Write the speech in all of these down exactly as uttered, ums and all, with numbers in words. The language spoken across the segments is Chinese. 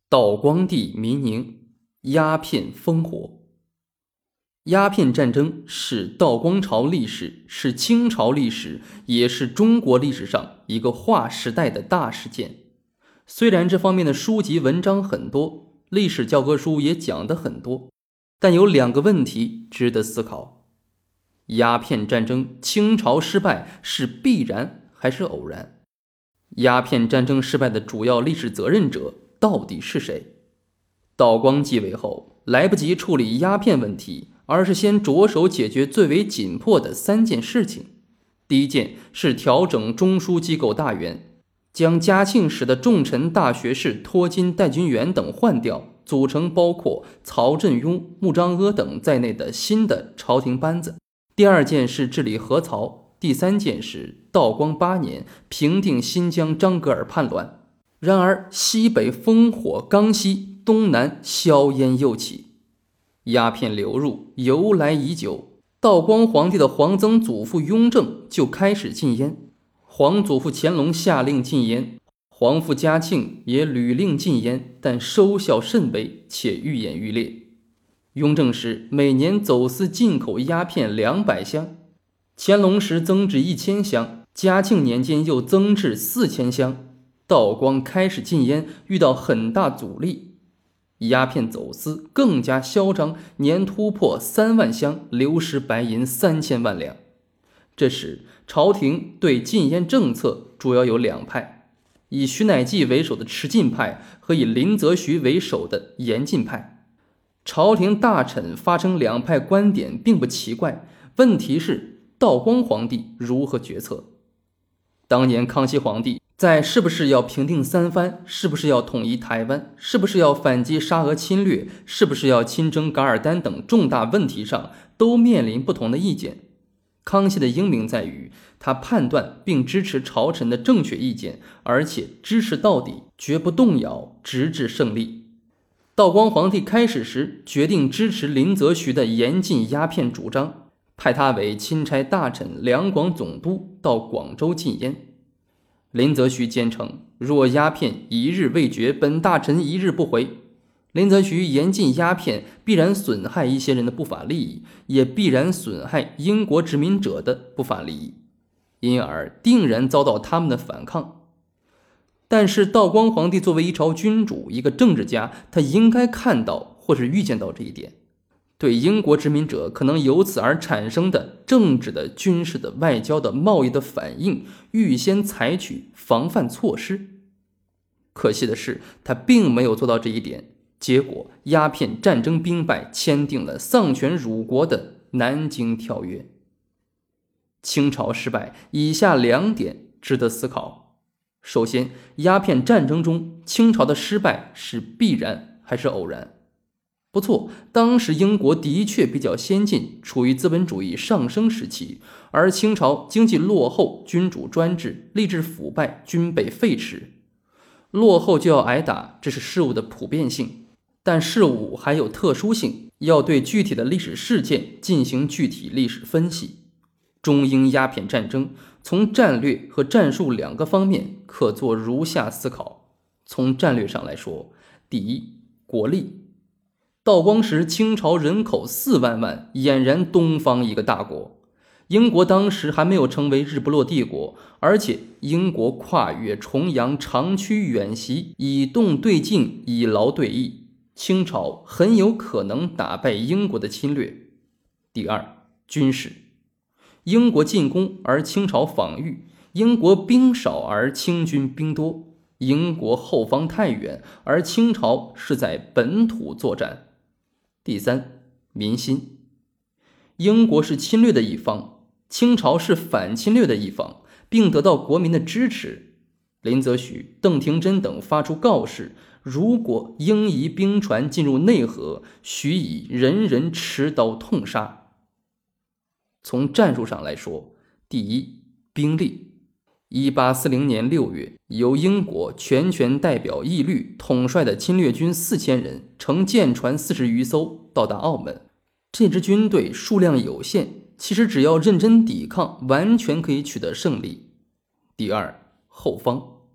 道光帝迷宁，鸦片烽火。鸦片战争是道光朝历史，是清朝历史，也是中国历史上一个划时代的大事件。虽然这方面的书籍文章很多，历史教科书也讲得很多，但有两个问题值得思考：鸦片战争清朝失败是必然还是偶然？鸦片战争失败的主要历史责任者到底是谁？道光继位后，来不及处理鸦片问题，而是先着手解决最为紧迫的三件事情。第一件是调整中枢机构大员，将嘉庆时的重臣大学士托金、戴君元等换掉，组成包括曹振庸、穆彰阿等在内的新的朝廷班子。第二件是治理河曹。第三件是道光八年平定新疆张格尔叛乱。然而西北烽火刚熄，东南硝烟又起，鸦片流入由来已久。道光皇帝的皇曾祖父雍正就开始禁烟，皇祖父乾隆下令禁烟，皇父嘉庆也屡令禁烟，但收效甚微，且愈演愈烈。雍正时每年走私进口鸦片两百箱，乾隆时增至一千箱，嘉庆年间又增至四千箱。道光开始禁烟，遇到很大阻力，鸦片走私更加嚣张，年突破三万箱，流失白银三千万两。这时朝廷对禁烟政策主要有两派，以徐乃济为首的持禁派和以林则徐为首的严禁派。朝廷大臣发生两派观点并不奇怪，问题是道光皇帝如何决策。当年康熙皇帝在是不是要平定三藩，是不是要统一台湾，是不是要反击沙俄侵略，是不是要亲征噶尔丹等重大问题上都面临不同的意见。康熙的英明在于他判断并支持朝臣的正确意见，而且支持到底，绝不动摇，直至胜利。道光皇帝开始时决定支持林则徐的严禁鸦片主张，派他为钦差大臣、两广总督到广州禁烟。林则徐坚称，若鸦片一日未绝，本大臣一日不回。林则徐严禁鸦片必然损害一些人的不法利益，也必然损害英国殖民者的不法利益，因而定然遭到他们的反抗。但是道光皇帝作为一朝君主，一个政治家，他应该看到或是预见到这一点，对英国殖民者可能由此而产生的政治的、军事的、外交的、贸易的反应，预先采取防范措施。可惜的是，他并没有做到这一点，结果鸦片战争兵败，签订了丧权辱国的南京条约。清朝失败，以下两点值得思考。首先，鸦片战争中清朝的失败是必然还是偶然？不错，当时英国的确比较先进，处于资本主义上升时期，而清朝经济落后，君主专制，吏治腐败，军备废弛。落后就要挨打，这是事物的普遍性，但事物还有特殊性，要对具体的历史事件进行具体历史分析。中英鸦片战争从战略和战术两个方面可做如下思考。从战略上来说，第一，国力。道光时清朝人口四万万，俨然东方一个大国。英国当时还没有成为日不落帝国，而且英国跨越重洋，长驱远袭，以动对静，以劳对逸，清朝很有可能打败英国的侵略。第二，军事。英国进攻而清朝防御，英国兵少而清军兵多，英国后方太远，而清朝是在本土作战。第三，民心。英国是侵略的一方，清朝是反侵略的一方，并得到国民的支持。林则徐、邓廷桢等发出告示，如果英夷兵船进入内河，许以人人持刀痛杀。从战术上来说，第一，兵力。一八四零年六月，由英国全权代表义律统帅的侵略军四千人，乘舰船四十余艘到达澳门。这支军队数量有限，其实只要认真抵抗，完全可以取得胜利。第二，后方。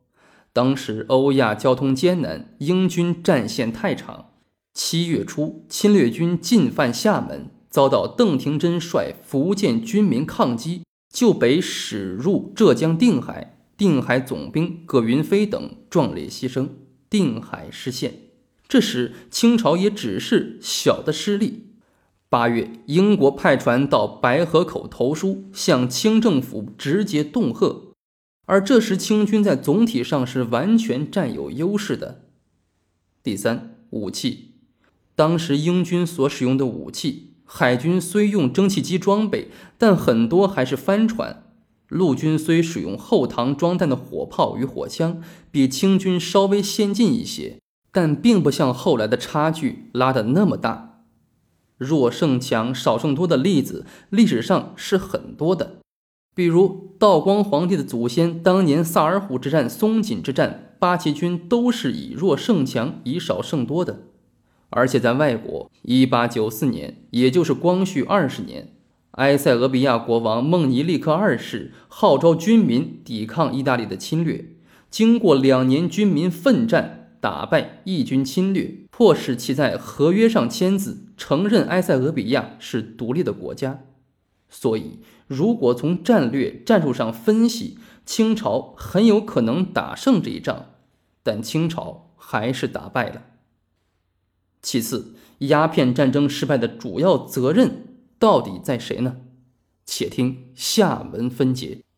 当时欧亚交通艰难，英军战线太长。七月初，侵略军进犯厦门，遭到邓廷桢率福建军民抗击，就北驶入浙江定海。定海总兵葛云飞等壮烈牺牲，定海失陷。这时清朝也只是小的失利。八月，英国派船到白河口投书，向清政府直接恫吓，而这时清军在总体上是完全占有优势的。第三，武器。当时英军所使用的武器，海军虽用蒸汽机装备，但很多还是帆船。陆军虽使用后膛装弹的火炮与火枪，比清军稍微先进一些，但并不像后来的差距拉得那么大。弱胜强、少胜多的例子，历史上是很多的。比如道光皇帝的祖先当年萨尔浒之战、松锦之战，八旗军都是以弱胜强、以少胜多的。而且在外国，一八九四年，也就是光绪二十年，埃塞俄比亚国王孟尼利克二世号召军民抵抗意大利的侵略，经过两年军民奋战，打败义军侵略，迫使其在合约上签字，承认埃塞俄比亚是独立的国家。所以如果从战略战术上分析，清朝很有可能打胜这一仗，但清朝还是打败了。其次，鸦片战争失败的主要责任到底在谁呢？且听下文分解。